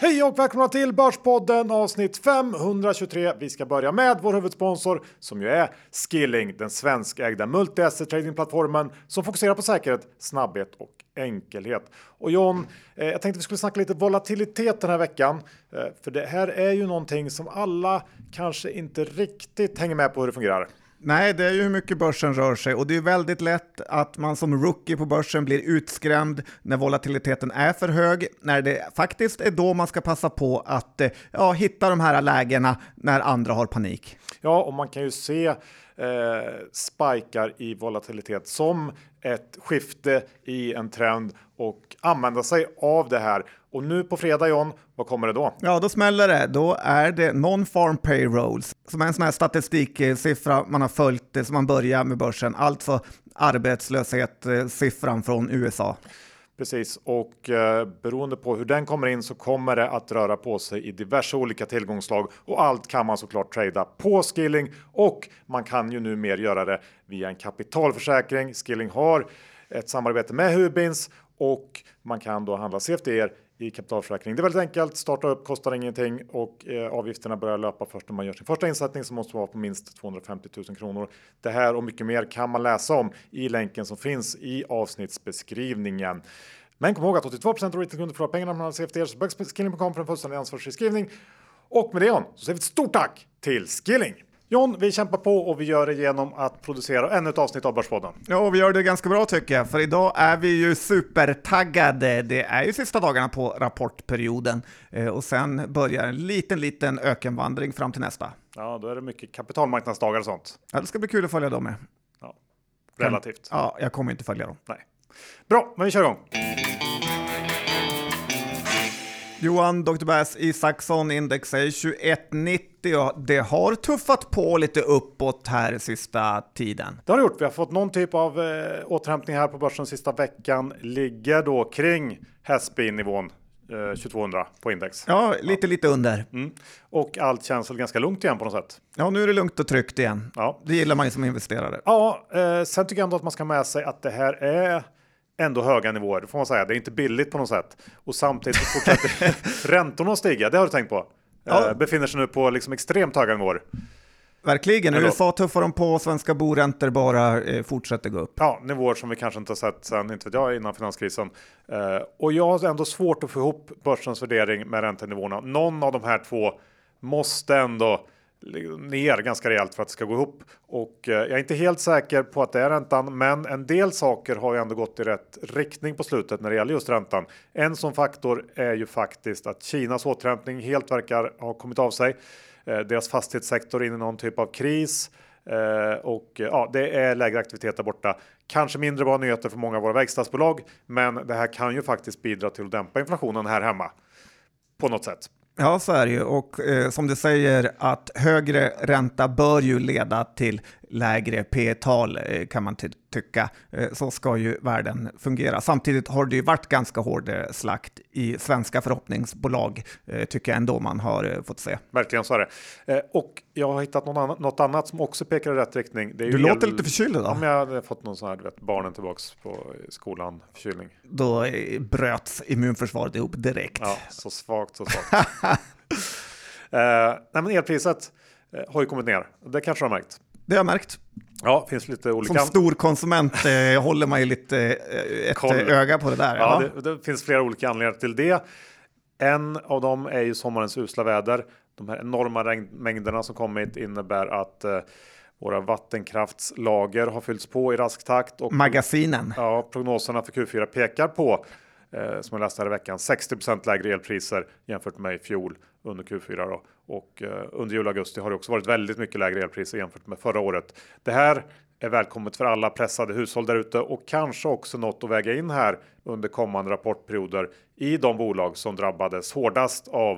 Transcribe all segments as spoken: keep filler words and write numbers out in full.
Hej och välkomna till Börspodden avsnitt femhundratjugotre. Vi ska börja med vår huvudsponsor som ju är Skilling, den svenskägda multi-asset tradingplattformen som fokuserar på säkerhet, snabbhet och enkelhet. Och John, eh, jag tänkte vi skulle snacka lite volatilitet den här veckan. Eh, för det här är ju någonting som alla kanske inte riktigt hänger med på hur det fungerar. Nej, det är ju hur mycket börsen rör sig och det är väldigt lätt att man som rookie på börsen blir utskrämd när volatiliteten är för hög, när det faktiskt är då man ska passa på att ja, hitta de här lägena när andra har panik. Ja, och man kan ju se eh, spikar i volatilitet som ett skifte i en trend och använda sig av det här. Och nu på fredag, John, vad kommer det då? Ja, då smäller det. Då är det non-farm payrolls som är en sån här statistiksiffra man har följt som man börjar med börsen. Alltså arbetslöshetssiffran från U S A. Precis, och eh, beroende på hur den kommer in så kommer det att röra på sig i diverse olika tillgångslag. Och allt kan man såklart trada på Skilling och man kan ju nu mer göra det via en kapitalförsäkring. Skilling har ett samarbete med Hubins och man kan då handla C F D-er i kapitalförsäkring. Det är väldigt enkelt, starta upp, kostar ingenting och eh, avgifterna börjar löpa först när man gör sin första insättning som måste vara på minst tvåhundrafemtio tusen kronor. Det här och mycket mer kan man läsa om i länken som finns i avsnittsbeskrivningen. Men kom ihåg att åttiotvå procent av retailkunder förlorar pengarna när man har C F D-er, så besök skilling punkt com för en fullständig ansvarsfri skrivning. Och med det John, så säger vi ett stort tack till Skilling! John, vi kämpar på och vi gör det genom att producera ännu ett avsnitt av Börspodden. Ja, och vi gör det ganska bra tycker jag, för idag är vi ju supertaggade. Det är ju sista dagarna på rapportperioden eh, och sen börjar en liten, liten ökenvandring fram till nästa. Ja, då är det mycket kapitalmarknadsdagar och sånt. Ja, det ska bli kul att följa dem med. Ja, relativt. Ja, jag kommer inte följa dem. Nej. Bra, men vi kör igång. Johan, doktor Bass Isaksson index är tjugoett nittio och det har tuffat på lite uppåt här sista tiden. Det har det gjort. Vi har fått någon typ av eh, återhämtning här på börsen sista veckan. Ligger då kring Häsby-nivån eh, tjugotvåhundra på index. Ja, lite, ja. lite under. Mm. Och allt känns väl ganska lugnt igen på något sätt. Ja, nu är det lugnt och tryggt igen. Ja. Det gillar man ju som investerare. Ja, eh, sen tycker jag ändå att man ska med sig att det här är ändå höga nivåer, det får man säga. Det är inte billigt på något sätt. Och samtidigt fortsätter räntorna att stiga. Det har du tänkt på. Ja. Eh, befinner sig nu på liksom extremt höga nivåer. Verkligen. U S A tuffar de på, svenska boräntor bara eh, fortsätter gå upp. Ja, nivåer som vi kanske inte har sett sedan, inte vet jag, innan finanskrisen. Eh, och jag har ändå svårt att få ihop börsens värdering med räntenivåerna. Någon av de här två måste ändå ner ganska rejält för att det ska gå ihop. Och eh, jag är inte helt säker på att det är räntan, men en del saker har ju ändå gått i rätt riktning på slutet när det gäller just räntan. En sån faktor är ju faktiskt att Kinas återhämtning helt verkar ha kommit av sig. Eh, deras fastighetssektor är inne i någon typ av kris. Eh, och ja, det är lägre aktivitet där borta. Kanske mindre bra nyheter för många av våra verkstadsbolag, men det här kan ju faktiskt bidra till att dämpa inflationen här hemma på något sätt. Ja, så är det ju. Och eh, som du säger att högre ränta bör ju leda till lägre P-tal eh, kan man ty- tycka. Eh, så ska ju världen fungera. Samtidigt har det ju varit ganska hård eh, slakt i svenska förhoppningsbolag eh, tycker jag ändå man har eh, fått se. Verkligen så är det. Eh, och jag har hittat någon annan, något annat som också pekar i rätt riktning. Det är ju du el- låter lite förkyld då? Om jag hade fått någon sån här, du vet, barnen tillbaks på skolan, förkylning. Då eh, bröts immunförsvaret ihop direkt. Ja, så svagt, så svagt. eh, nej men elpriset eh, har ju kommit ner. Det kanske du har märkt. Det har jag märkt. Ja, finns lite olika. Som stor konsument eh, håller man ju lite eh, ett Koll. öga på det där. Ja, Ja. det, det finns flera olika anledningar till det. En av dem är ju sommarens usla väder. De här enorma regnmängderna som kommit innebär att eh, våra vattenkraftslager har fyllts på i rask takt. Och Magasinen. Ja, prognoserna för Q fyra pekar på, eh, som jag läste här i veckan, sextio procent lägre elpriser jämfört med i fjol under Q fyra. Då. Och eh, under jul och augusti har det också varit väldigt mycket lägre elpriser jämfört med förra året. Det här är välkommet för alla pressade hushåll där ute och kanske också något att väga in här under kommande rapportperioder i de bolag som drabbades hårdast av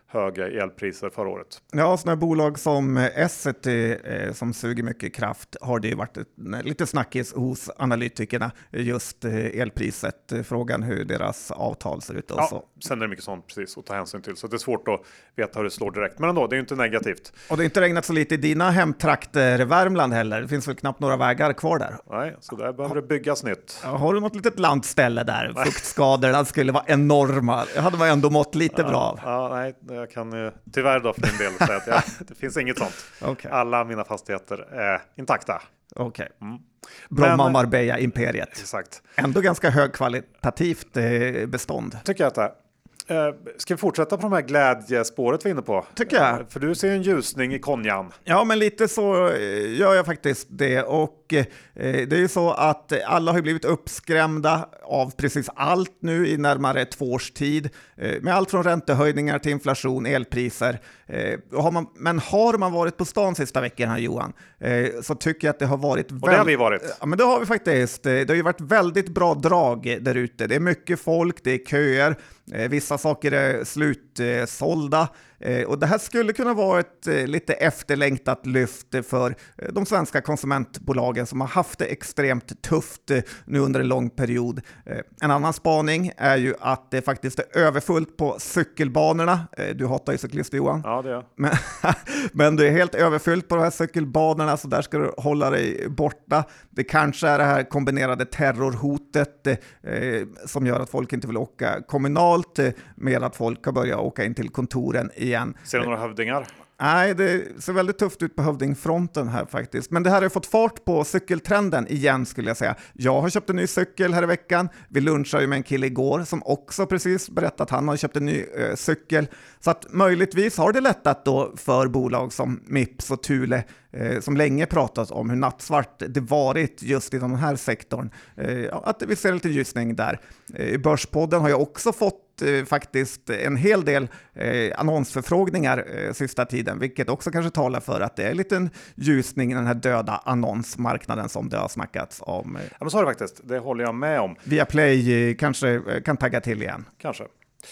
höga elpriser förra året. Ja, sådana bolag som Essity eh, som suger mycket kraft har det ju varit ett, lite snackis hos analytikerna, just eh, elpriset, frågan hur deras avtal ser ut och ja, så. Sen är det mycket sånt precis att ta hänsyn till, så det är svårt att veta hur det slår direkt. Men ändå, det är ju inte negativt. Och det har inte regnat så lite i dina hemtrakter Värmland heller, det finns väl knappt några vägar kvar där. Nej, så där behöver det byggas nytt. Ja, har du något litet landställe där? Nej. Fuktskadorna skulle vara enorma. Det hade man ändå mått lite ja, bra av. Ja, nej, jag kan eh, tyvärr då för min del säga att jag, det finns inget sånt. Okay. Alla mina fastigheter är intakta. Okej. Okay. Mm. Bromma Marbella-imperiet. Exakt. Ändå ganska högkvalitativt eh, bestånd. Tycker jag att det är. Uh, ska vi fortsätta på de här glädjespåret vi är inne på? Tycker jag. Uh, för du ser en ljusning i Konjan. Ja, men lite så gör jag faktiskt det. Och eh, det är ju så att alla har blivit uppskrämda av precis allt nu i närmare två års tid. Eh, med allt från räntehöjningar till inflation, elpriser. Eh, har man, men har man varit på stan sista veckan här, Johan, eh, så tycker jag att det har varit... Och det har vi varit. Ja, men det har vi faktiskt. Det har ju varit väldigt bra drag där ute. Det är mycket folk, det är köer. Vissa saker är slutsålda och det här skulle kunna vara ett lite efterlängtat lyft för de svenska konsumentbolagen som har haft det extremt tufft nu under en lång period. En annan spaning är ju att det faktiskt är överfullt på cykelbanorna. Du hatar ju cyklister, Johan. Ja, det är. Men, men det är helt överfullt på de här cykelbanorna, så där ska du hålla dig borta. Det kanske är det här kombinerade terrorhotet eh, som gör att folk inte vill åka kommunalt, eh, med att folk har börjat åka in till kontoren igen. Ser du några hövdingar? Nej, det ser väldigt tufft ut på hövdingfronten här faktiskt. Men det här har fått fart på cykeltrenden igen, skulle jag säga. Jag har köpt en ny cykel här i veckan. Vi lunchade ju med en kille igår som också precis berättat att han har köpt en ny eh, cykel. Så att möjligtvis har det lättat då för bolag som Mips och Thule eh, som länge pratat om hur nattsvart det varit just i den här sektorn. Eh, att vi ser lite ljusning där. Eh, Börspodden har jag också fått eh, faktiskt en hel del eh, annonsförfrågningar eh, sista tiden, vilket också kanske talar för att det är en liten ljusning i den här döda annonsmarknaden som det har snackats om. Ja, men så är det faktiskt. Det håller jag med om. Viaplay eh, kanske eh, kan tagga till igen. Kanske.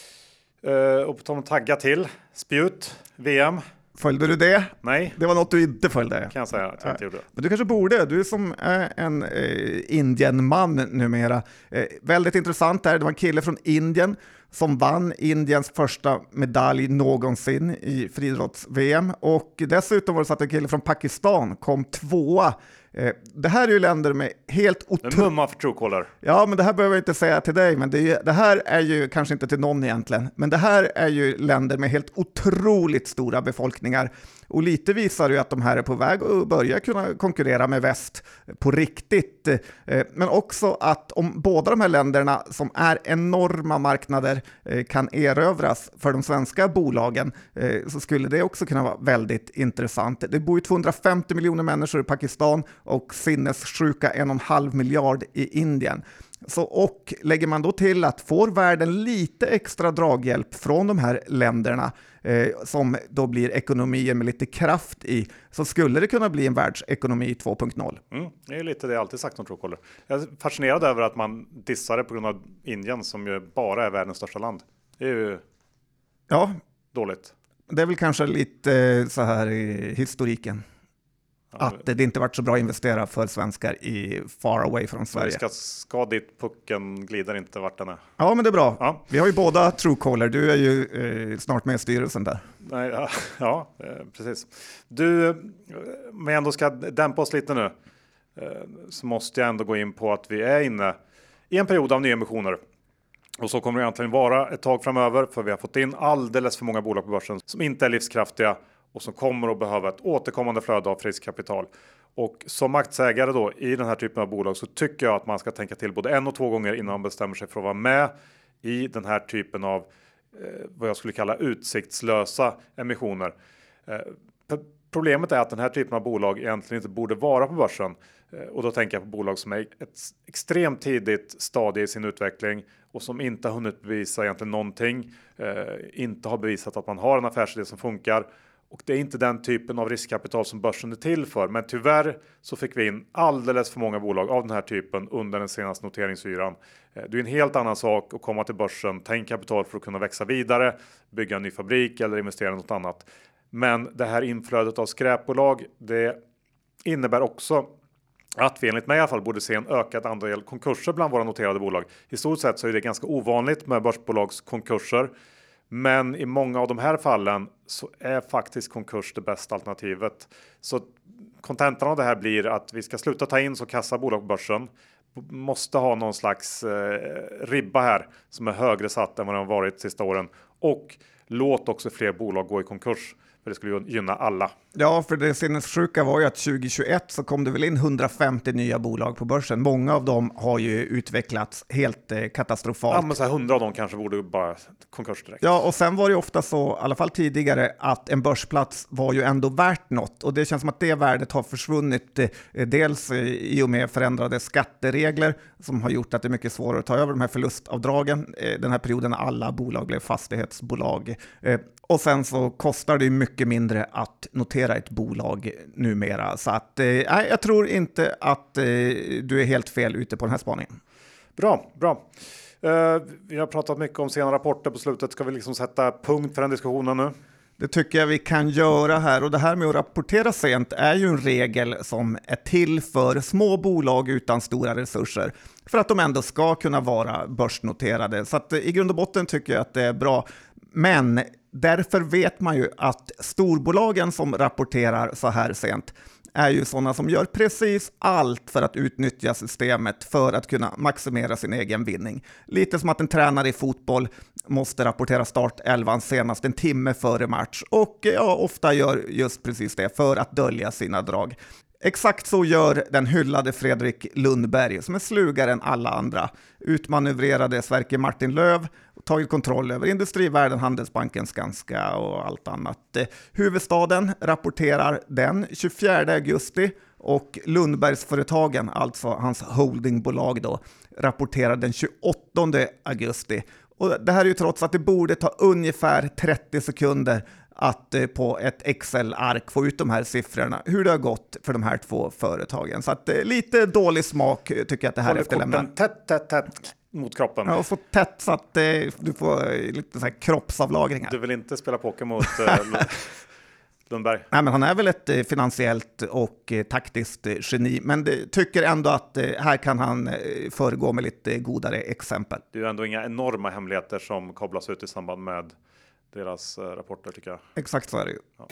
Uh, och på tal om tagga till, spjut, V M. Följde du det? Nej. Det var något du inte följde. Kan jag säga att jag inte gjorde. Men du kanske borde. Du är som är en eh, Indienman numera. Eh, väldigt intressant där. Det var en kille från Indien som vann Indiens första medalj någonsin i friidrotts-V M. Och dessutom var det så att en kille från Pakistan kom tvåa. Eh, det här är ju länder med helt otroligt... Mumma för Truecaller. Ja, men det här behöver jag inte säga till dig, men det, är ju, det här är ju kanske inte till någon egentligen, men det här är ju länder med helt otroligt stora befolkningar. Och lite visar ju att de här är på väg att börja kunna konkurrera med väst på riktigt. Men också att om båda de här länderna som är enorma marknader kan erövras för de svenska bolagen, så skulle det också kunna vara väldigt intressant. Det bor ju tvåhundrafemtio miljoner människor i Pakistan och sinnessjuka en och en halv miljard i Indien. Så, och lägger man då till att får världen lite extra draghjälp från de här länderna eh, som då blir ekonomier med lite kraft i, så skulle det kunna bli en världsekonomi två punkt noll. Mm, det är lite det jag alltid sagt om Truecaller. Jag är fascinerad över att man dissar det på grund av Indien som ju bara är världens största land. Det är ju ja, dåligt. Det är väl kanske lite så här i historiken. Att det inte varit så bra att investera för svenskar i far away från Sverige. Ska, ska dit pucken glider inte vart den är. Ja, men det är bra. Ja. Vi har ju båda Truecaller. Du är ju eh, snart med i styrelsen där. Nej, ja, ja, precis. Du, men ändå ska dämpa oss lite nu. Så måste jag ändå gå in på att vi är inne i en period av nyemissioner. Och så kommer det egentligen vara ett tag framöver, för vi har fått in alldeles för många bolag på börsen som inte är livskraftiga och som kommer att behöva ett återkommande flöde av frisk kapital. Och som aktieägare då i den här typen av bolag så tycker jag att man ska tänka till både en och två gånger innan man bestämmer sig för att vara med i den här typen av eh, vad jag skulle kalla utsiktslösa emissioner. Eh, problemet är att den här typen av bolag egentligen inte borde vara på börsen. Eh, och då tänker jag på bolag som är ett extremt tidigt stadie i sin utveckling och som inte har hunnit bevisa egentligen någonting. Eh, inte har bevisat att man har en affärsidé som funkar. Och det är inte den typen av riskkapital som börsen är till för. Men tyvärr så fick vi in alldeles för många bolag av den här typen under den senaste noteringsyran. Det är en helt annan sak att komma till börsen, ta in kapital för att kunna växa vidare, bygga en ny fabrik eller investera i något annat. Men det här inflödet av skräpbolag, det innebär också att vi enligt mig i alla fall borde se en ökad andel konkurser bland våra noterade bolag. I stort sett så är det ganska ovanligt med börsbolags konkurser. Men i många av de här fallen så är faktiskt konkurs det bästa alternativet. Så kontentan av det här blir att vi ska sluta ta in så kassa bolag på börsen. Måste ha någon slags eh, ribba här som är högre satt än vad den har varit de sista åren. Och låt också fler bolag gå i konkurs. För det skulle gynna alla. Ja, för det sinnessjuka var ju att tjugohundratjugoett så kom det väl in hundrafemtio nya bolag på börsen. Många av dem har ju utvecklats helt eh, katastrofalt. Ja, men så här hundra av dem kanske borde bara konkurs direkt. Ja, och sen var det ofta så, i alla fall tidigare, att en börsplats var ju ändå värt något. Och det känns som att det värdet har försvunnit. Eh, dels eh, i och med förändrade skatteregler som har gjort att det är mycket svårare att ta över de här förlustavdragen. Eh, den här perioden när alla bolag blev fastighetsbolag. Eh, Och sen så kostar det ju mycket mindre att notera ett bolag numera. Så att, eh, jag tror inte att eh, du är helt fel ute på den här spaningen. Bra, bra. Uh, vi har pratat mycket om sena rapporter på slutet. Ska vi liksom sätta punkt för den diskussionen nu? Det tycker jag vi kan göra här. Och det här med att rapportera sent är ju en regel som är till för små bolag utan stora resurser. För att de ändå ska kunna vara börsnoterade. Så att, i grund och botten tycker jag att det är bra. Men därför vet man ju att storbolagen som rapporterar så här sent är ju sådana som gör precis allt för att utnyttja systemet för att kunna maximera sin egen vinning. Lite som att en tränare i fotboll måste rapportera startelvan senast en timme före match och ja, ofta gör just precis det för att dölja sina drag. Exakt så gör den hyllade Fredrik Lundberg som är slugare än alla andra. Utmanövrerade Sverker Martin Löv och tagit kontroll över Industrivärden, Handelsbanken, Skanska och allt annat. Huvudstaden rapporterar den tjugofjärde augusti och Lundbergsföretagen, alltså hans holdingbolag då, rapporterar den tjugoåttonde augusti. Och det här är ju trots att det borde ta ungefär trettio sekunder att eh, på ett Excel-ark få ut de här siffrorna, hur det har gått för de här två företagen. Så att eh, lite dålig smak eh, tycker jag att det här efterlämnar. Tätt, tätt, tätt mot kroppen. Ja, och så tätt så att eh, du får eh, lite så här kroppsavlagringar. Du vill inte spela poker mot eh, Lundberg? Nej, men han är väl ett eh, finansiellt och eh, taktiskt eh, geni, men det tycker ändå att eh, här kan han eh, föregå med lite eh, godare exempel. Det är ju ändå inga enorma hemligheter som kablas ut i samband med deras uh, rapporter tycker jag. Exakt så är det ju. Ja.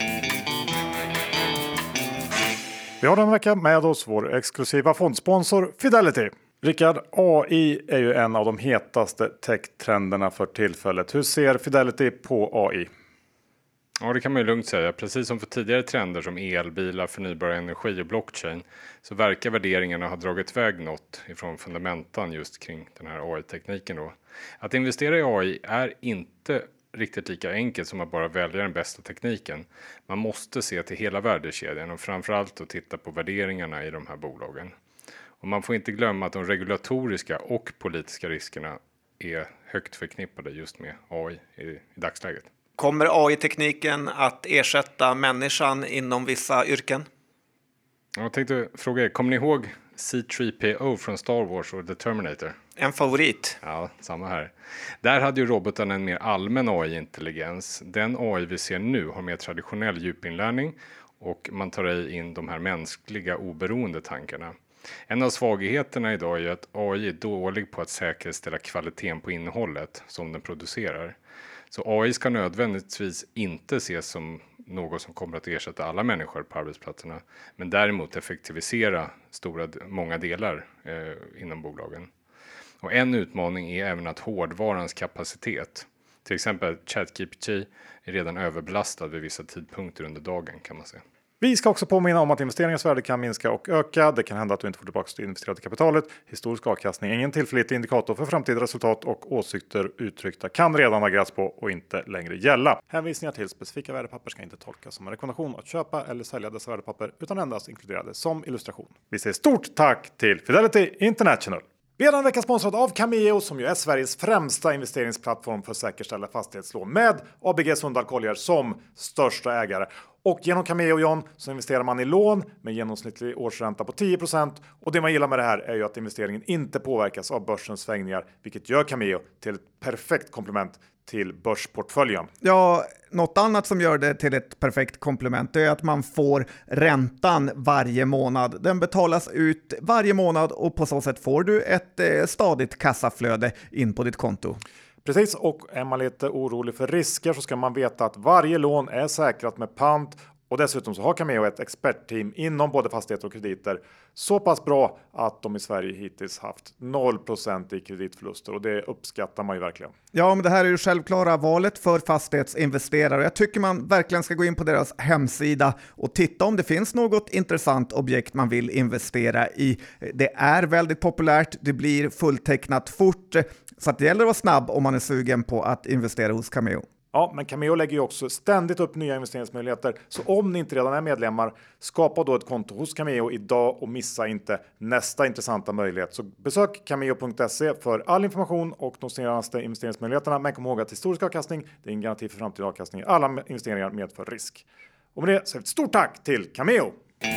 Vi har den vecka med oss vår exklusiva fondsponsor Fidelity. Rickard, A I är ju en av de hetaste tech-trenderna för tillfället. Hur ser Fidelity på A I? Ja, det kan man ju lugnt säga. Precis som för tidigare trender som elbilar, förnybar energi och blockchain så verkar värderingarna ha dragit iväg något ifrån fundamentan just kring den här A I-tekniken då. Att investera i A I är inte riktigt lika enkelt som att bara välja den bästa tekniken. Man måste se till hela värdekedjan och framförallt att titta på värderingarna i de här bolagen. Och man får inte glömma att de regulatoriska och politiska riskerna är högt förknippade just med A I i, i dagsläget. Kommer A I-tekniken att ersätta människan inom vissa yrken? Jag tänkte fråga er, kommer ni ihåg C tre P O från Star Wars och The Terminator? En favorit. Ja, samma här. Där hade ju roboten en mer allmän A I-intelligens. Den A I vi ser nu har mer traditionell djupinlärning och man tar in de här mänskliga oberoende tankarna. En av svagheterna idag är att A I är dålig på att säkerställa kvaliteten på innehållet som den producerar. Så A I ska nödvändigtvis inte ses som något som kommer att ersätta alla människor på arbetsplatserna, men däremot effektivisera stora, många delar eh, inom bolagen. Och en utmaning är även att hårdvarans kapacitet, till exempel ChatGPT, är redan överbelastad vid vissa tidpunkter under dagen kan man säga. Vi ska också påminna om att investeringens värde kan minska och öka. Det kan hända att du inte får tillbaka det investerade kapitalet. Historisk avkastning är ingen tillförlitlig indikator för framtida resultat och åsikter uttryckta kan redan ha grätts på och inte längre gälla. Hänvisningar till specifika värdepapper ska inte tolkas som en rekommendation att köpa eller sälja dessa värdepapper utan endast inkluderade som illustration. Vi säger stort tack till Fidelity International. Vi är den veckan sponsrad av Cameo som ju är Sveriges främsta investeringsplattform för att säkerställa fastighetslån med A B G Sundal Collier som största ägare. Och genom Cameo, John, så investerar man i lån med genomsnittlig årsränta på tio procent. Och det man gillar med det här är ju att investeringen inte påverkas av börsens svängningar, vilket gör Cameo till ett perfekt komplement till börsportföljen. Ja, något annat som gör det till ett perfekt komplement är att man får räntan varje månad. Den betalas ut varje månad och på så sätt får du ett eh, stadigt kassaflöde in på ditt konto. Precis, och är man lite orolig för risker så ska man veta att varje lån är säkrat med pant. Och dessutom så har Cameo ett expertteam inom både fastigheter och krediter så pass bra att de i Sverige hittills haft noll procent i kreditförluster och det uppskattar man ju verkligen. Ja, men det här är ju självklara valet för fastighetsinvesterare. Jag tycker man verkligen ska gå in på deras hemsida och titta om det finns något intressant objekt man vill investera i. Det är väldigt populärt, det blir fulltecknat fort, så att det gäller att vara snabb om man är sugen på att investera hos Cameo. Ja, men Cameo lägger ju också ständigt upp nya investeringsmöjligheter. Så om ni inte redan är medlemmar, skapa då ett konto hos Cameo idag och missa inte nästa intressanta möjlighet. Så besök cameo punkt se för all information och de senaste investeringsmöjligheterna. Men kom ihåg att historisk avkastning, det är en garanti för framtida avkastning. Alla investeringar medför risk. Och med det så ett stort tack till Cameo!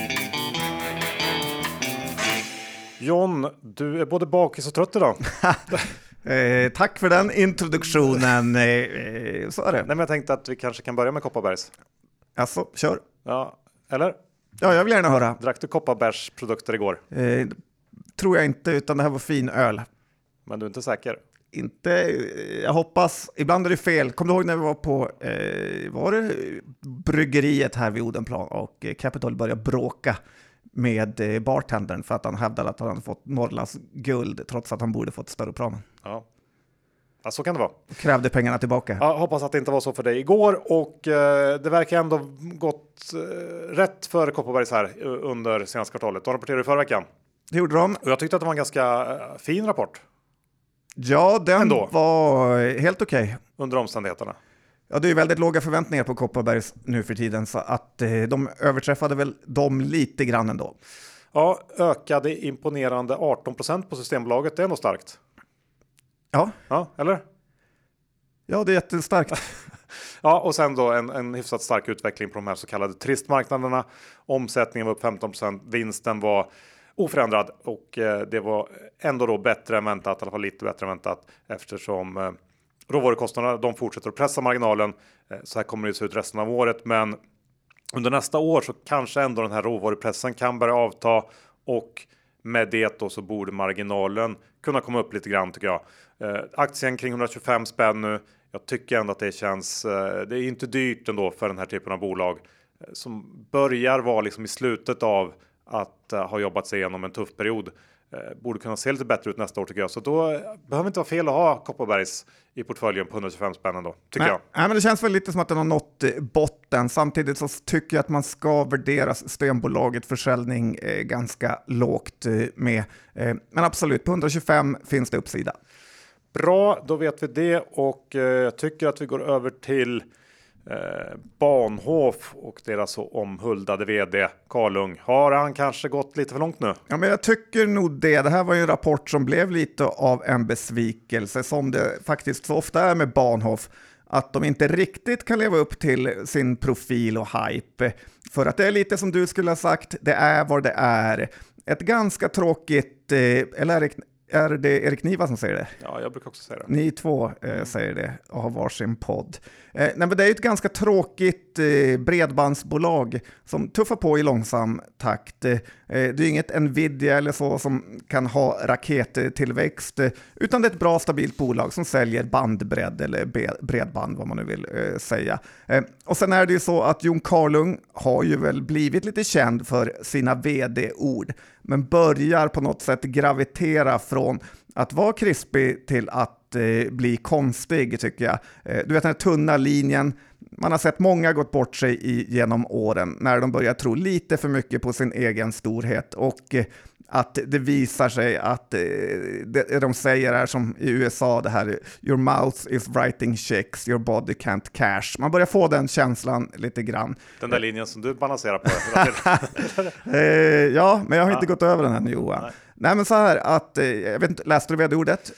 John, du är både bakis och trött idag. Eh, tack för den introduktionen. Eh, eh, så är det. Nej, men jag tänkte att vi kanske kan börja med Kopparbergs. Alltså, kör. Ja, eller? Ja, jag vill gärna höra. Drack du Kopparbergs produkter igår? Eh, tror jag inte, utan det här var fin öl. Men du är inte säker? Inte, jag hoppas. Ibland är det fel. Kommer du ihåg när vi var på eh, var det bryggeriet här vid Odenplan och eh, Capital började bråka med eh, bartendern för att han hävdade att han hade fått Norrlands guld trots att han borde fått större pramen. Ja. Ja, så kan det vara. Krävde pengarna tillbaka. Ja, hoppas att det inte var så för dig igår och eh, det verkar ändå gått eh, rätt för Kopparbergs här eh, under senaste kvartalet. De rapporterade i förra veckan. Det gjorde de. Och jag tyckte att det var en ganska eh, fin rapport. Ja, den ändå. var helt okej. Okay. Under omständigheterna. Ja, det är väldigt låga förväntningar på Kopparbergs nu för tiden så att eh, de överträffade väl dem lite grann ändå. Ja, ökade imponerande arton procent på Systembolaget. Det är nog starkt. Ja. Ja, eller? Ja, det är jättestarkt. Ja, och sen då en, en hyfsat stark utveckling på de här så kallade turistmarknaderna. Omsättningen var upp femton procent, vinsten var oförändrad och eh, det var ändå då bättre än väntat, i alla fall lite bättre än väntat eftersom eh, råvarukostnaderna, de fortsätter att pressa marginalen. Eh, så här kommer det se ut resten av året, men under nästa år så kanske ändå den här råvarupressen kan börja avta och med det då så borde marginalen kunna komma upp lite grann tycker jag. Eh, aktien kring etthundratjugofem spänn nu. Jag tycker ändå att det känns, eh, det är inte dyrt ändå för den här typen av bolag eh, som börjar vara liksom i slutet av att uh, ha jobbat sig igenom en tuff period. Uh, borde kunna se lite bättre ut nästa år tycker jag. Så då uh, behöver det inte vara fel att ha Kopparbergs i portföljen på etthundratjugofem spänn då, tycker nej, jag. Nej, men det känns väl lite som att den har nått botten. Samtidigt så tycker jag att man ska värdera Systembolaget försäljning eh, ganska lågt eh, med. Eh, men absolut, på etthundratjugofem finns det uppsida. Bra, då vet vi det och uh, jag tycker att vi går över till Eh, Bahnhof och deras så omhuldade vd Karlung. Har han kanske gått lite för långt nu? Ja, men jag tycker nog det. Det här var ju en rapport som blev lite av en besvikelse som det faktiskt så ofta är med Bahnhof. Att de inte riktigt kan leva upp till sin profil och hype. För att det är lite som du skulle ha sagt, det är vad det är. Ett ganska tråkigt, eh, eller är det Erik Niva som säger det? Ja, jag brukar också säga det. Ni två eh, säger det och har varsin podd. Eh, nej, men det är ett ganska tråkigt eh, bredbandsbolag som tuffar på i långsam takt. Eh, det är inget Nvidia eller så som kan ha rakettillväxt, eh, utan det är ett bra stabilt bolag som säljer bandbredd eller be- bredband, vad man nu vill eh, säga. Eh, och sen är det ju så att Jon Karlung har ju väl blivit lite känd för sina vd-ord, men börjar på något sätt gravitera från att vara krispig till att eh, bli konstig tycker jag. Eh, du vet den här tunna linjen, man har sett många gått bort sig i, genom åren när de börjar tro lite för mycket på sin egen storhet och eh, att det visar sig att eh, det de säger är som i U S A det här your mouth is writing checks, your body can't cash. Man börjar få den känslan lite grann. Den där linjen som du balanserar på. eh, ja, men jag har inte ja. gått över den här nu Johan. Nej. Nej, men så här att, jag vet inte, läste du vd-ordet?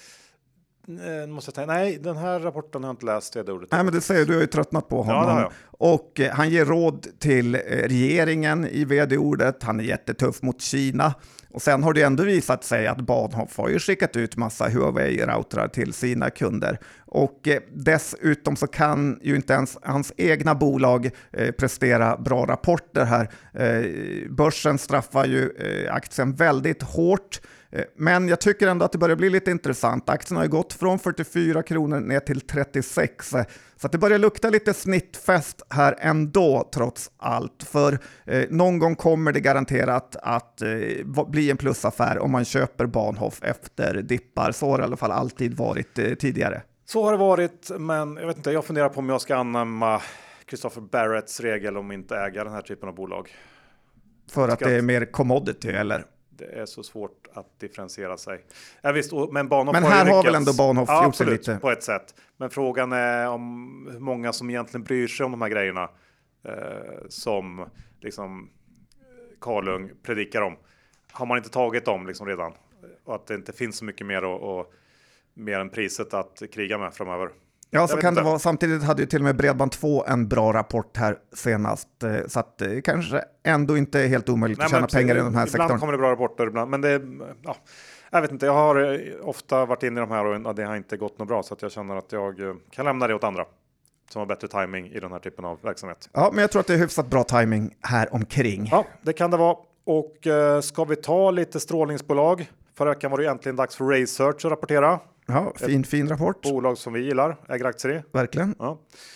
Eh, måste jag säga, nej, den här rapporten har jag inte läst vd-ordet. Nej, men det säger du, har ju tröttnat på honom. Ja, ja, ja. Och eh, han ger råd till eh, regeringen i vd-ordet. Han är jättetuff mot Kina. Och sen har det ändå visat sig att Bahnhof har ju skickat ut massa Huawei-routrar till sina kunder. Och eh, dessutom så kan ju inte ens hans egna bolag eh, prestera bra rapporter här. Eh, börsen straffar ju eh, aktien väldigt hårt. Men jag tycker ändå att det börjar bli lite intressant. Aktien har ju gått från fyrtiofyra kronor ner till trettiosex. Så att det börjar lukta lite snittfest här ändå trots allt. För eh, någon gång kommer det garanterat att eh, bli en plusaffär om man köper Bahnhof efter dippar. Så har det i alla fall alltid varit eh, tidigare. Så har det varit, men jag vet inte, jag funderar på om jag ska anamma Christopher Barretts regel om inte äga den här typen av bolag. För att det är mer commodity, eller? Det är så svårt att differentiera sig. Ja, visst, men Bahnhof men har här ju har lyckats. väl ändå Bahnhof ja, gjort det lite? På ett sätt. Men frågan är om hur många som egentligen bryr sig om de här grejerna eh, som liksom Karlung predikar om. Har man inte tagit dem liksom redan? Och att det inte finns så mycket mer, och, och, mer än priset att kriga med framöver. Ja, så kan det vara. Samtidigt hade ju till och med Bredband två en bra rapport här senast. Så att det kanske ändå inte är helt omöjligt Nej, att tjäna pengar i den här ibland sektorn. Ibland kommer det bra rapporter, ibland, men det, ja, jag vet inte. Jag har ofta varit inne i de här och det har inte gått något bra. Så att jag känner att jag kan lämna det åt andra som har bättre timing i den här typen av verksamhet. Ja, men jag tror att det är hyfsat bra timing här omkring. Ja, det kan det vara. Och eh, ska vi ta lite strålningsbolag? Förra veckan var det egentligen dags för RaySearch att rapportera. Ja, fin, fin rapport. Bolag som vi gillar, äger aktier i. Verkligen. Ja.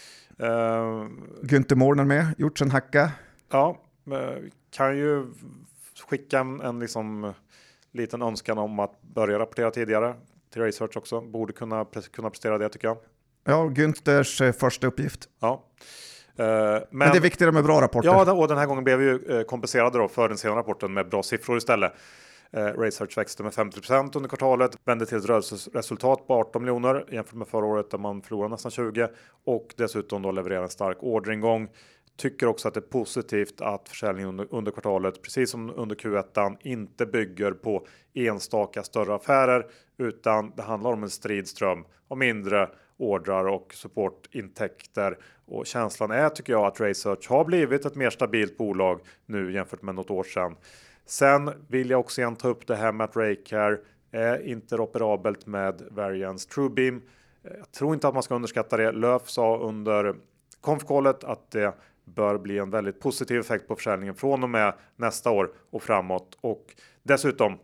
Uh, Günther Mårder med, gjort en hacka. Ja, kan ju skicka en, en liksom liten önskan om att börja rapportera tidigare till RaySearch också. Borde kunna, kunna prestera det, tycker jag. Ja, Günthers första uppgift. Ja. Uh, men, men det är viktigare med bra rapporter. Ja, och den här gången blev vi ju kompenserade då för den senare rapporten med bra siffror istället. Uh, RaySearch växte med femtio procent under kvartalet, vände till ett rörelseresultat på arton miljoner jämfört med förra året där man förlorade nästan tjugo, och dessutom då levererar en stark orderingång. Tycker också att det är positivt att försäljningen under, under kvartalet, precis som under Q ett, inte bygger på enstaka större affärer, utan det handlar om en stridström av mindre ordrar och supportintäkter. Och känslan är, tycker jag, att RaySearch har blivit ett mer stabilt bolag nu jämfört med något år sedan. Sen vill jag också igen ta upp det här med att RayCare är interoperabelt med Variance TrueBeam. Jag tror inte att man ska underskatta det. Löf sa under konfkollet att det bör bli en väldigt positiv effekt på försäljningen från och med nästa år och framåt. Och dessutom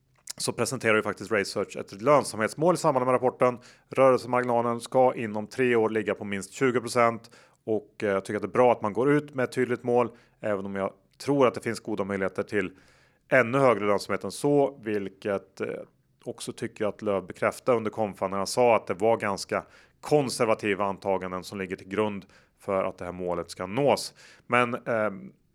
så presenterar ju faktiskt RaySearch ett lönsamhetsmål i samband med rapporten. Rörelsemarginalen ska inom tre år ligga på minst tjugo procent, och jag tycker att det är bra att man går ut med ett tydligt mål, även om jag tror att det finns goda möjligheter till ännu högre lönsamhet än så, vilket också tycker jag att Löv bekräftade under konfan när han sa att det var ganska konservativa antaganden som ligger till grund för att det här målet ska nås. Men eh,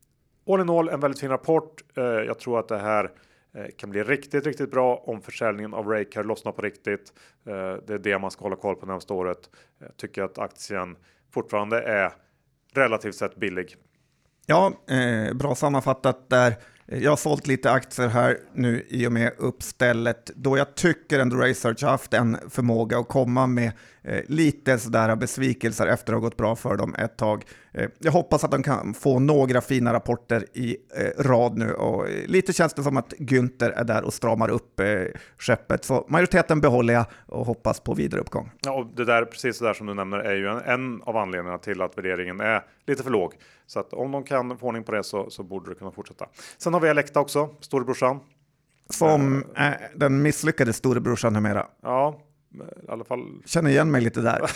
all in all en väldigt fin rapport. Eh, jag tror att det här eh, kan bli riktigt, riktigt bra om försäljningen av RayCare lossnar på riktigt. Eh, det är det man ska hålla koll på nästa året. Jag tycker att aktien fortfarande är relativt sett billig. Ja, eh, bra sammanfattat där. Jag har sålt lite aktier här nu i och med uppstället, då jag tycker ändå RaySearch har haft en förmåga att komma med eh, lite sådär besvikelser efter att ha gått bra för dem ett tag. Eh, jag hoppas att de kan få några fina rapporter i eh, rad nu, och eh, lite känns det som att Günther är där och stramar upp eh, skeppet. Så majoriteten behåller jag och hoppas på vidare uppgång. Ja, och det där, precis det där som du nämner, är ju en, en av anledningarna till att värderingen är lite för låg. Så att om de kan få ordning på det så, så borde det kunna fortsätta. Sen har vi Elekta också, storebrorsan. Som äh, den misslyckade storebrorsan numera. Ja, i alla fall. Känner igen mig lite där.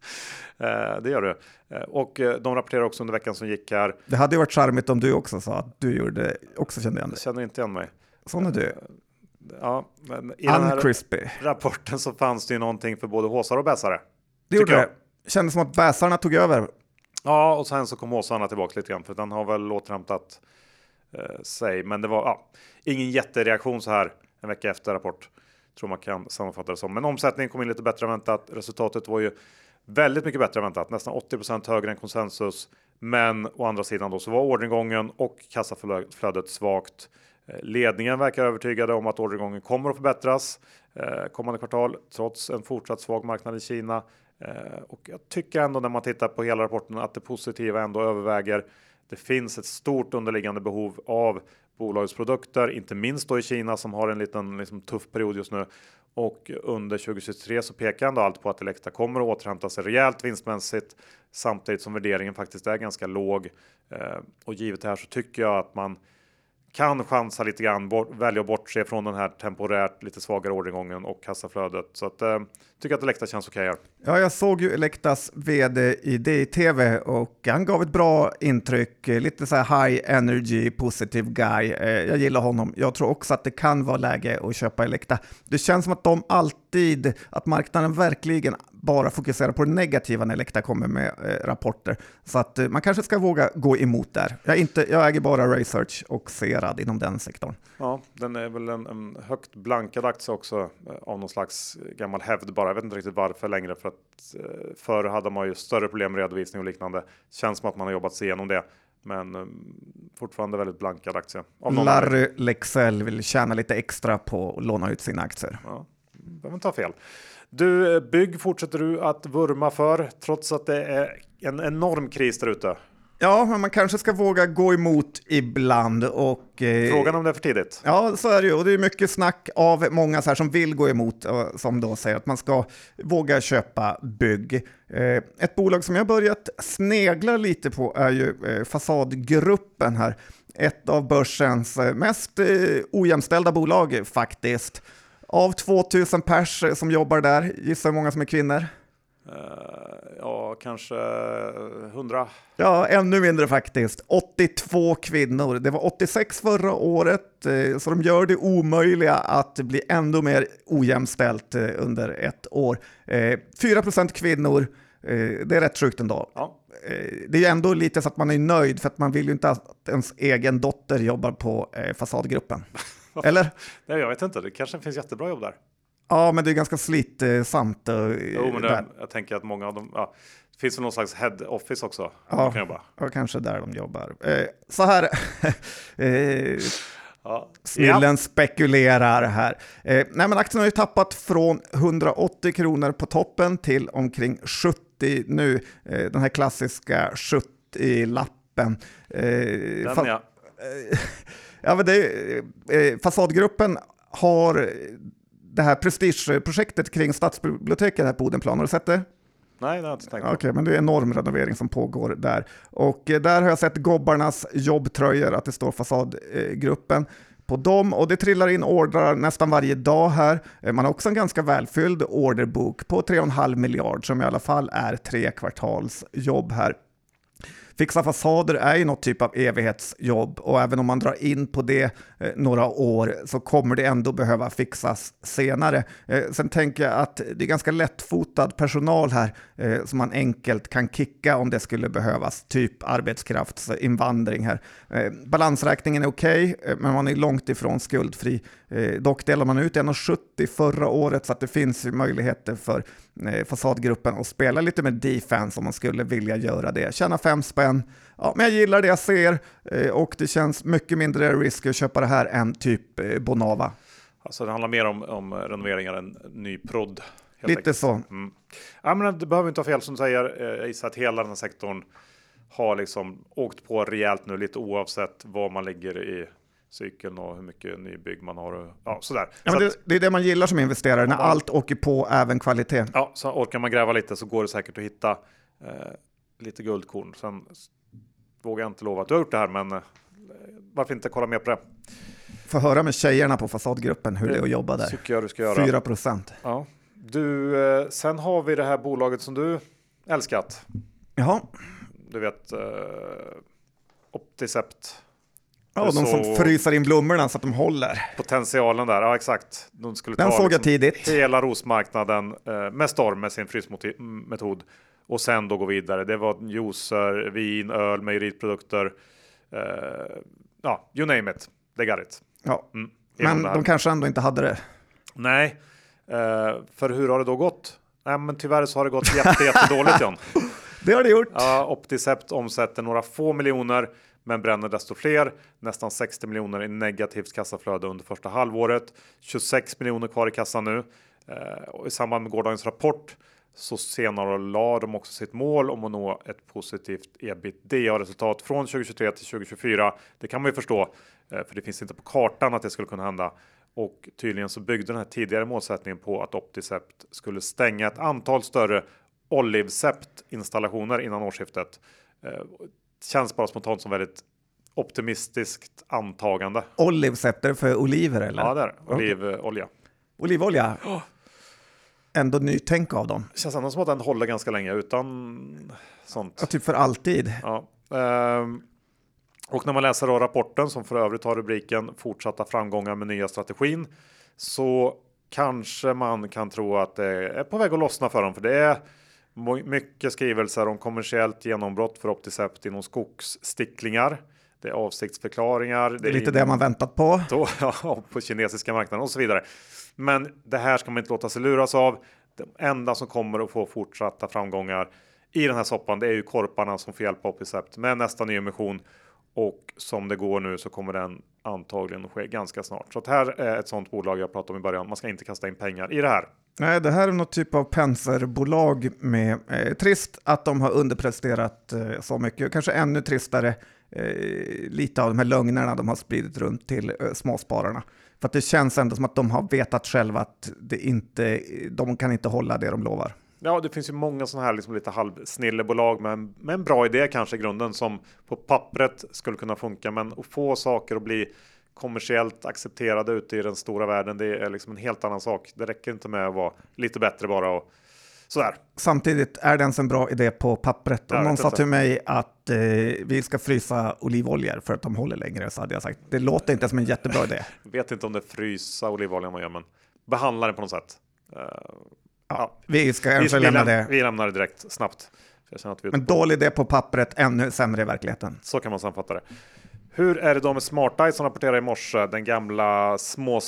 Det gör du. Och de rapporterar också under veckan som gick här. Det hade ju varit charmigt om du också sa att du gjorde, också kände igen dig. Jag känner inte igen mig. Sån är du. Ja, men i den här rapporten så fanns det ju någonting för både håsar och bäsare. Det gjorde det. Kändes som att bäsarna tog över. Ja, och sen så kom håsarna tillbaka lite grann, för den har väl återhämtat eh, sig. Men det var ja, ingen jättereaktion så här en vecka efter rapport. Tror man kan sammanfatta det som. Men omsättningen kom in lite bättre än väntat. Resultatet var ju väldigt mycket bättre än väntat. Nästan åttio procent högre än konsensus. Men å andra sidan då så var orderingången och kassaflödet svagt. Ledningen verkar övertygade om att orderingången kommer att förbättras kommande kvartal trots en fortsatt svag marknad i Kina. Och jag tycker ändå när man tittar på hela rapporten att det positiva ändå överväger. Det finns ett stort underliggande behov av bolagets produkter, inte minst då i Kina som har en liten liksom, tuff period just nu. Och under tjugohundratjugotre så pekar ändå allt på att Elekta kommer att återhämta sig rejält vinstmässigt samtidigt som värderingen faktiskt är ganska låg. Eh, och givet det här så tycker jag att man kan chansa lite grann, bort, välja att bortse från den här temporärt lite svagare orderingången och kassaflödet. Så att, eh, tycker att Elekta känns okej här. Ja, jag såg ju Elektas vd i D I T V och han gav ett bra intryck, lite så här high energy, positive guy. Eh, jag gillar honom. Jag tror också att det kan vara läge att köpa Elekta. Det känns som att de alltid, att marknaden verkligen bara fokuserar på det negativa när Elekta kommer med eh, rapporter. Så att eh, man kanske ska våga gå emot där. Jag, inte, jag äger bara Research och Serad inom den sektorn. Ja, den är väl en, en högt blankad aktie också eh, av någon slags gammal hävd bara. Jag vet inte riktigt varför längre för att eh, förr hade man ju större problem med redovisning och liknande. Känns som att man har jobbat sig igenom det. Men eh, fortfarande väldigt blankad aktie. Larry här. Lexell vill tjäna lite extra på att låna ut sina aktier. Ja, behöver inte ta fel. Du, bygg fortsätter du att vurma för trots att det är en enorm kris där ute. Ja, men man kanske ska våga gå emot ibland. Och, eh, Frågan om det är för tidigt. Ja, så är det ju. Och det är mycket snack av många så här som vill gå emot och som då säger att man ska våga köpa bygg. Eh, ett bolag som jag börjat snegla lite på är ju eh, Fasadgruppen här. Ett av börsens mest eh, ojämställda bolag faktiskt. Av tvåtusen pers som jobbar där, gissar hur många som är kvinnor? Uh, ja, kanske hundra. Ja, ännu mindre faktiskt. åttiotvå kvinnor. Det var åttiosex förra året, eh, så de gör det omöjliga att bli ännu mer ojämställt eh, under ett år. Eh, fyra procent kvinnor, eh, det är rätt sjukt ändå. Ja. Eh, det är ändå lite så att man är nöjd för att man vill ju inte att ens egen dotter jobbar på eh, Fasadgruppen. Eller? Nej, jag vet inte. Det kanske finns jättebra jobb där. Ja, men det är ganska slitsamt. Jo, men det, jag tänker att många av dem... Ja, det finns väl någon slags head office också. Ja, kan jobba. Ja, kanske där de jobbar. Eh, så här... eh, ja. Snillen ja. spekulerar här. Eh, nej, men aktien har ju tappat från hundraåttio kronor på toppen till omkring sjuttio nu. Eh, den här klassiska sjuttio-lappen. Eh, den, fa- ja. ja, men det, eh, Fasadgruppen har det här prestigeprojektet kring stadsbiblioteket här på Odenplan. Har du sett det? Nej, det har jag inte tänkt på. Okej, okay, men det är enorm renovering som pågår där. Och eh, där har jag sett Gobbarnas jobbtröjor, att det står Fasadgruppen på dem. Och det trillar in ordrar nästan varje dag här. Eh, man har också en ganska välfylld orderbok på tre komma fem miljard som i alla fall är tre kvartals jobb här. Fixa fasader är ju något typ av evighetsjobb och även om man drar in på det eh, några år så kommer det ändå behöva fixas senare. Eh, sen tänker jag att det är ganska lättfotad personal här eh, som man enkelt kan kicka om det skulle behövas, typ arbetskraftsinvandring här. Eh, balansräkningen är okej, okay, eh, men man är långt ifrån skuldfri. Eh, dock delar man ut en komma sjuttio förra året så att det finns ju möjligheter för eh, Fasadgruppen att spela lite med defense om man skulle vilja göra det. Tjäna fem spänn. Ja, men jag gillar det jag ser eh, och det känns mycket mindre risk att köpa det här än typ eh, Bonava. Alltså det handlar mer om, om renoveringar än ny prodd. Lite enkelt. Så. Mm. Ja, men det behöver inte ha fel som du säger. Jag gissar att hela den här sektorn har liksom åkt på rejält nu lite oavsett var man ligger i cykeln och hur mycket nybygg man har. Och, ja, sådär. Ja, så men det, att, det är det man gillar som investerare, när man, allt åker på, även kvalitet. Ja, så orkar man gräva lite så går det säkert att hitta eh, lite guldkorn. Sen vågar jag inte lova att du har gjort det här, men eh, varför inte kolla mer på det? Få höra med tjejerna på Fasadgruppen hur det, det är att jobba där. Tycker jag du ska göra. fyra procent. Ja. Du, eh, sen har vi det här bolaget som du älskat. Jaha. Du vet, eh, Opticept. Ja, de som fryser in blommorna så att de håller. Potentialen där, ja exakt. De skulle Den ta såg jag liksom tidigt. hela rosmarknaden eh, med storm med sin frysmetod. Och sen då gå vidare. Det var juicer, vin, öl, mejeritprodukter. Eh, ja, you name it. They got it. Ja, mm. Men de kanske ändå inte hade det. Nej, eh, för hur har det då gått? Nej, men tyvärr så har det gått jätte, jättedåligt, John. Det har det gjort. Ja, Opticept omsätter några få miljoner. men bränner desto fler. Nästan sextio miljoner i negativt kassaflöde under första halvåret. tjugosex miljoner kvar i kassan nu. Och i samband med gårdagens rapport så senare la de också sitt mål om att nå ett positivt ebitda-resultat från tjugohundratjugotre till tjugohundratjugofyra. Det kan man ju förstå, för det finns inte på kartan att det skulle kunna hända. Och tydligen så byggde den här tidigare målsättningen på att Opticept skulle stänga ett antal större Olivesept-installationer innan årsskiftet. Känns bara spontant som väldigt optimistiskt antagande. Olivesept, är det för oliver eller? Ja, det är olivolja. Okay. Olivolja? Oh. Ändå nytänk av dem. Känns ändå som att den håller ganska länge utan sånt. Ja, typ för alltid. Ja. Ehm. Och när man läser då rapporten som för övrigt har rubriken fortsatta framgångar med nya strategin, så kanske man kan tro att det är på väg att lossna för dem. För det är mycket skrivelser om kommersiellt genombrott för Opticept inom skogssticklingar. Det är avsiktsförklaringar. Det är lite in... det man väntat på. Då, ja, på kinesiska marknaden och så vidare. Men det här ska man inte låta sig luras av. Det enda som kommer att få fortsatta framgångar i den här soppan, det är ju korparna som får hjälpa Opticept med nästa nyemission. Och som det går nu så kommer den antagligen att ske ganska snart. Så det här är ett sånt bolag jag pratade om i början. Man ska inte kasta in pengar i det här. Nej, det här är något typ av penserbolag med eh, trist att de har underpresterat eh, så mycket. Kanske ännu tristare eh, lite av de här lögnerna de har spridit runt till eh, småspararna. För att det känns ändå som att de har vetat själva att det inte, de kan inte hålla det de lovar. Ja, det finns ju många sådana här liksom lite halvsnillebolag med en, med en bra idé kanske i grunden som på pappret skulle kunna funka, men att få saker att bli kommersiellt accepterade ute i den stora världen, det är liksom en helt annan sak. Det räcker inte med att vara lite bättre bara och sådär. Samtidigt är det ens en bra idé på pappret. Om någon sa till mig att eh, vi ska frysa olivoljor för att de håller längre, så hade jag sagt, det låter inte som en jättebra idé. Jag vet inte om det är frysa olivoljan man gör, men behandla den på något sätt. Uh, Ja, ja, vi ska vi, lämna vi, det. Vi lämnar det direkt, snabbt. Jag känner att vi Men dålig idé på pappret, ännu sämre i verkligheten. Så kan man sammanfatta det. Hur är det då med SmartEye som rapporterar i morse? Den gamla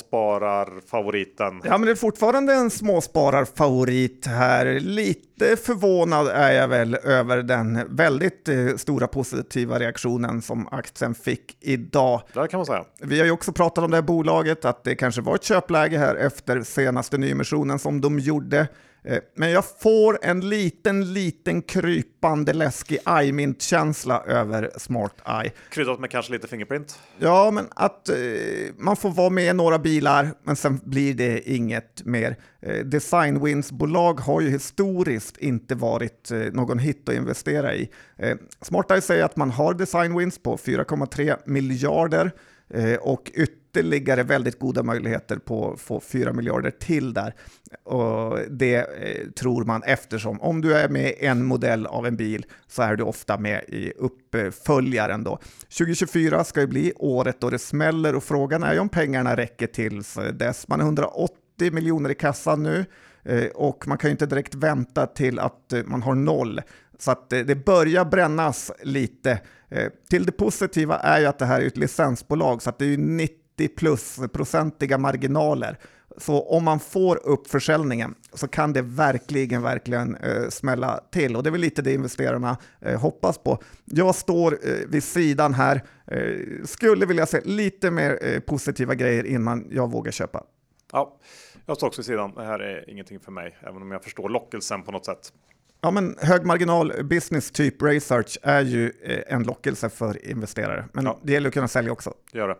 småspararfavoriten. Ja, men det är fortfarande en småspararfavorit här. Lite förvånad är jag väl över den väldigt eh, stora positiva reaktionen som aktien fick idag. Det kan man säga. Vi har ju också pratat om det här bolaget, att det kanske var ett köpläge här efter senaste nyemissionen som de gjorde. Men jag får en liten, liten krypande läskig iMint-känsla över SmartEye. Kryddat med kanske lite Fingerprint? Ja, men att eh, man får vara med i några bilar, men sen blir det inget mer. Eh, Designwins-bolag har ju historiskt inte varit eh, någon hit att investera i. Eh, SmartEye säger att man har designwins på fyra komma tre miljarder eh, och ytterligare väldigt goda möjligheter på att få fyra miljarder till där. Och det eh, tror man, eftersom om du är med en modell av en bil så är du ofta med i uppföljaren då. tjugo tjugofyra ska ju bli året då det smäller, och frågan är ju om pengarna räcker till dess. Man har hundraåttio miljoner i kassan nu eh, och man kan ju inte direkt vänta till att eh, man har noll. Så att eh, det börjar brännas lite. Eh, till det positiva är ju att det här är ett licensbolag, så att det är ju nittio plus procentiga marginaler. Så om man får upp försäljningen så kan det verkligen, verkligen eh, smälla till. Och det är väl lite det investerarna eh, hoppas på. Jag står eh, vid sidan här. Eh, skulle vilja se lite mer eh, positiva grejer innan jag vågar köpa. Ja, jag står också vid sidan. Det här är ingenting för mig, även om jag förstår lockelsen på något sätt. Ja, men hög marginal business typ research är ju eh, en lockelse för investerare. Men ja, det gäller att kunna sälja också. Det gör det.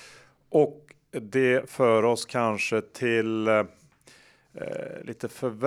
Och det för oss kanske till eh, lite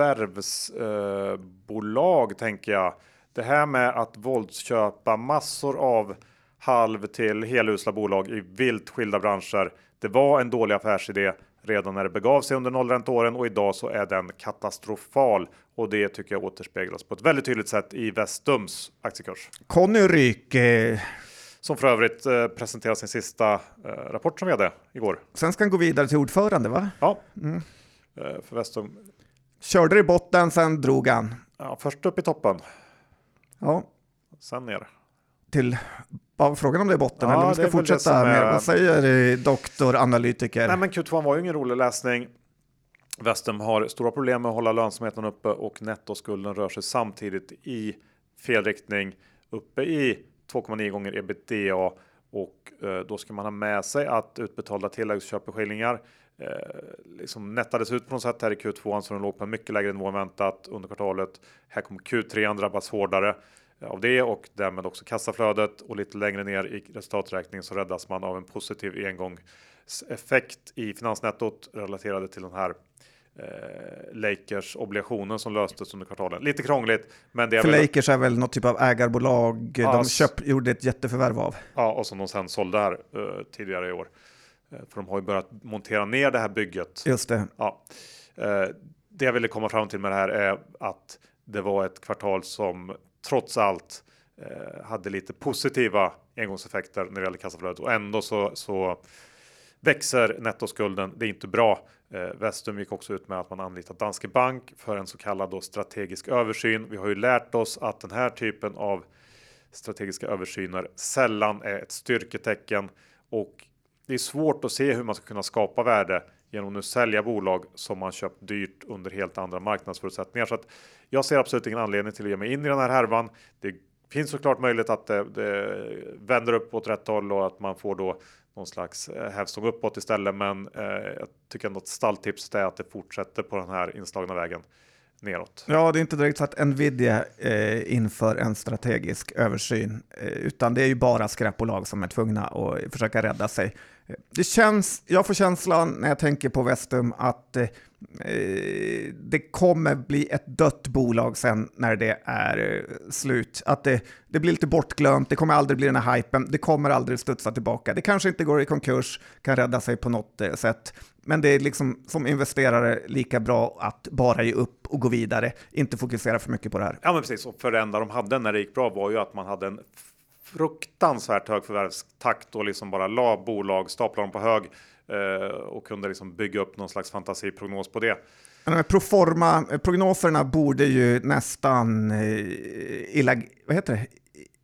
förvärvsbolag eh, tänker jag. Det här med att våldsköpa massor av halv till helusla bolag i vilt skilda branscher. Det var en dålig affärsidé redan när det begav sig under nollränteåren, och idag så är den katastrofal. Och det tycker jag återspeglas på ett väldigt tydligt sätt i Vestums aktiekurs. Conny Ryk... Eh... Som för övrigt eh, presenterade sin sista eh, rapport som vi hade igår. Sen ska han gå vidare till ordförande, va? Ja, mm. eh, för Vestum. Körde i botten, sen drog han. Ja, först upp i toppen. Ja. Sen ner. Till bara frågan om det är botten, ja, eller vi ska fortsätta med. Är... Vad säger doktor analytiker? Nej, men Q två var ju ingen rolig läsning. Vestum har stora problem med att hålla lönsamheten uppe, och nettoskulden rör sig samtidigt i fel riktning, uppe i två komma nio gånger ebitda, Och eh, då ska man ha med sig att utbetalda tilläggsköpeskillingar eh, liksom nettades ut på något sätt här i Q två, så den låg på en mycket lägre nivå än väntat under kvartalet. Här kommer Q tre drabbas hårdare av det och därmed också kassaflödet, och lite längre ner i resultaträkningen så räddas man av en positiv engångseffekt i finansnettot relaterade till den här eh, Lakers obligationen som löstes under kvartalen. Lite krångligt, men det är För väl... Lakers är väl något typ av ägarbolag Ja, de köp, gjorde ett jätteförvärv av. Ja, och som de sen sålde här uh, tidigare i år. Uh, för de har ju börjat montera ner det här bygget. Just det. Ja. Uh, det jag ville komma fram till med det här är att det var ett kvartal som trots allt uh, hade lite positiva engångseffekter när det gäller kassaflödet. Och ändå så, så växer nettoskulden. Det är inte bra. Uh, Vestum gick också ut med att man anlitat Danske Bank för en så kallad då strategisk översyn. Vi har ju lärt oss att den här typen av strategiska översyner sällan är ett styrketecken, och det är svårt att se hur man ska kunna skapa värde genom att nu sälja bolag som man köpt dyrt under helt andra marknadsförutsättningar. Så att jag ser absolut ingen anledning till att ge mig in i den här härvan. Det finns såklart möjlighet att det, det vänder upp åt rätt håll och att man får då någon slags hävstång uppåt istället, men eh, jag tycker ändå att stalltipset är att det fortsätter på den här inslagna vägen neråt. Ja, det är inte direkt så att Nvidia eh, inför en strategisk översyn, eh, utan det är ju bara skräpbolag som är tvungna att försöka rädda sig. Det känns, jag får känslan när jag tänker på Vestum att eh, det kommer bli ett dött bolag sen när det är eh, slut. Att det, det blir lite bortglömt, det kommer aldrig bli den här hypen, det kommer aldrig studsa tillbaka. Det kanske inte går i konkurs, kan rädda sig på något eh, sätt. Men det är liksom som investerare lika bra att bara ge upp och gå vidare, inte fokusera för mycket på det här. Ja, men precis. Och för det enda de hade när det gick bra var ju att man hade en fruktansvärt hög förvärvstakt och liksom bara la bolag, stapla dem på hög eh, och kunde liksom bygga upp någon slags fantasiprognos på det. Men de proforma prognoserna borde ju nästan eh, illa, vad heter det?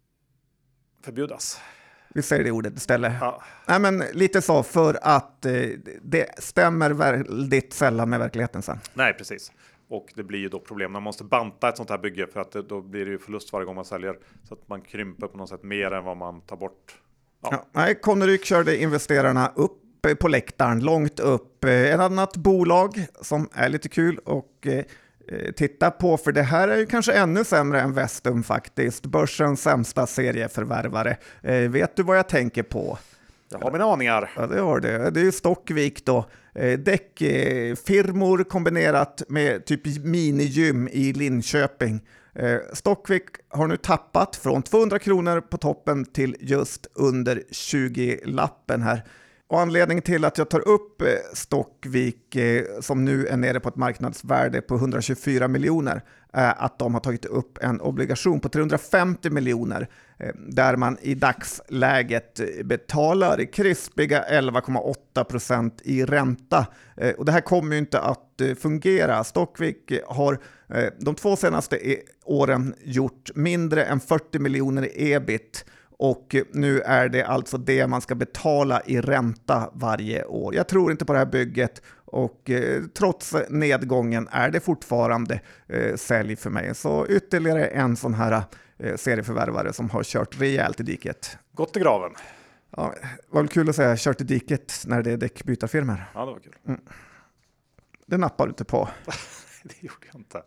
Förbjudas. Vi säger det ordet istället. Ja. Nej, men lite så, för att eh, det stämmer väldigt sällan med verkligheten sen. Nej, precis. Och det blir ju då problem när man måste banta ett sånt här bygge, för att det, då blir det ju förlust varje gång man säljer. Så att man krymper på något sätt mer än vad man tar bort. Ja. Ja, nej, Conneryk körde investerarna upp på läktaren, långt upp. En annat bolag som är lite kul och eh, titta på, för det här är ju kanske ännu sämre än Vestum faktiskt. Börsens sämsta serieförvärvare. Eh, vet du vad jag tänker på? Jag har mina aningar. Ja, det har det. Det är ju Stockvik då. Eh, däckfirmor kombinerat med typ minigym i Linköping. Eh, Stockvik har nu tappat från tvåhundra kronor på toppen till just under tjugo-lappen här. Och anledningen till att jag tar upp Stockvik eh, som nu är nere på ett marknadsvärde på hundratjugofyra miljoner är att de har tagit upp en obligation på trehundrafemtio miljoner eh, där man i dagsläget betalar krispiga elva komma åtta procent i ränta. Eh, och det här kommer ju inte att eh, fungera. Stockvik har eh, de två senaste e- åren gjort mindre än fyrtio miljoner i ebit. Och nu är det alltså det man ska betala i ränta varje år. Jag tror inte på det här bygget och eh, trots nedgången är det fortfarande eh, sälj för mig. Så ytterligare en sån här eh, serieförvärvare som har kört rejält i diket. Gått i graven. Ja, var väl kul att säga kört i diket när det är däckbytarfirmor. Ja, det var kul. Mm. Det nappar du inte på. Det gjorde jag inte.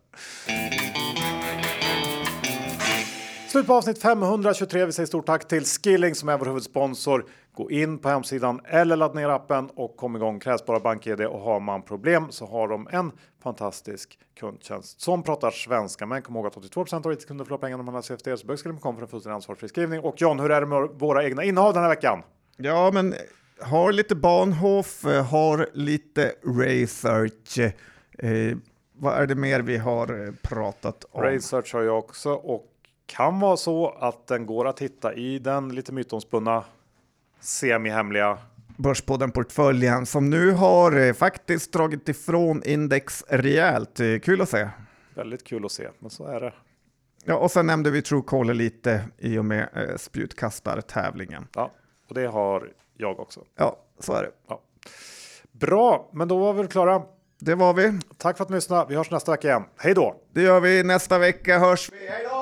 Slut på avsnitt femhundratjugotre. Vi säger stort tack till Skilling som är vår huvudsponsor. Gå in på hemsidan eller ladda ner appen och kom igång. Krävs bara BankID, och har man problem så har de en fantastisk kundtjänst som pratar svenska. Men kom ihåg att åttiotvå procent av inte kunder förlorar pengarna när man har C F D. Så bör Skilling komma för en fullständig ansvarsfri skrivning. Och John, hur är det med våra egna innehav den här veckan? Ja, men har lite Bahnhof, har lite research. Eh, vad är det mer vi har pratat om? Research har jag också, och kan vara så att den går att hitta i den lite mytomspunna semi-hemliga Börspodden-portföljen som nu har eh, faktiskt dragit ifrån index rejält. Eh, kul att se. Väldigt kul att se, men så är det. Ja, och sen nämnde vi Truecaller lite i och med eh, spjutkastartävlingen. Ja, och det har jag också. Ja, så är det. Ja. Bra, men då var vi klara. Det var vi. Tack för att ni lyssnade. Vi hörs nästa vecka igen. Hej då! Det gör vi nästa vecka. Hörs vi. Hej då!